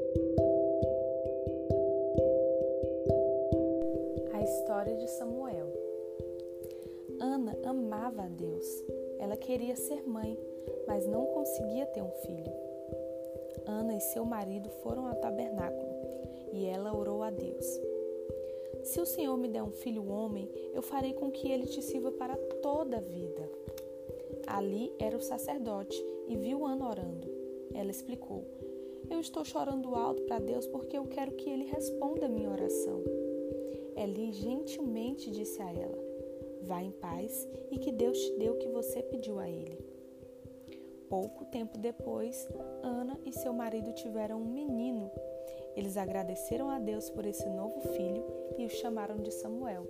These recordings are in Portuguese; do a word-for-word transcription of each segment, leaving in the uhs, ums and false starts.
A história de Samuel. Ana amava a Deus. Ela queria ser mãe, mas não conseguia ter um filho. Ana e seu marido foram ao tabernáculo e ela orou a Deus. Se o Senhor me der um filho homem, eu farei com que ele te sirva para toda a vida. Ali era o sacerdote e viu Ana orando. Ela explicou: eu estou chorando alto para Deus porque eu quero que ele responda a minha oração. Eli gentilmente disse a ela: vá em paz e que Deus te dê o que você pediu a ele. Pouco tempo depois, Ana e seu marido tiveram um menino. Eles agradeceram a Deus por esse novo filho e o chamaram de Samuel.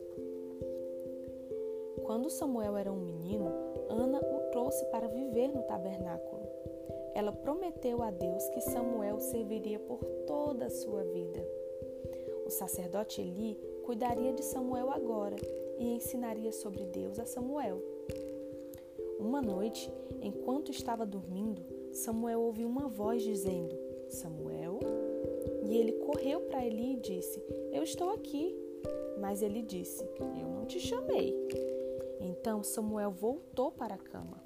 Quando Samuel era um menino, Ana o trouxe para viver no tabernáculo. Ela prometeu a Deus que Samuel o serviria por toda a sua vida. O sacerdote Eli cuidaria de Samuel agora e ensinaria sobre Deus a Samuel. Uma noite, enquanto estava dormindo, Samuel ouviu uma voz dizendo: Samuel? E ele correu para Eli e disse: eu estou aqui. Mas ele disse: eu não te chamei. Então Samuel voltou para a cama.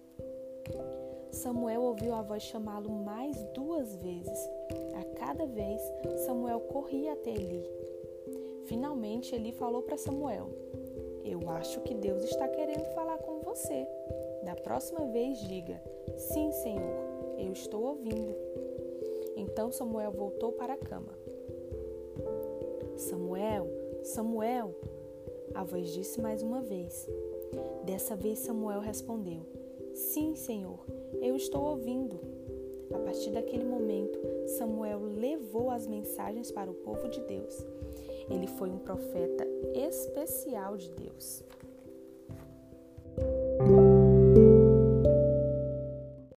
Samuel ouviu a voz chamá-lo mais duas vezes. A cada vez, Samuel corria até Eli. Finalmente, Eli falou para Samuel: eu acho que Deus está querendo falar com você. Da próxima vez, diga: sim, Senhor, eu estou ouvindo. Então Samuel voltou para a cama. Samuel, Samuel, a voz disse mais uma vez. Dessa vez Samuel respondeu: sim, Senhor, eu estou ouvindo. A partir daquele momento, Samuel levou as mensagens para o povo de Deus. Ele foi um profeta especial de Deus.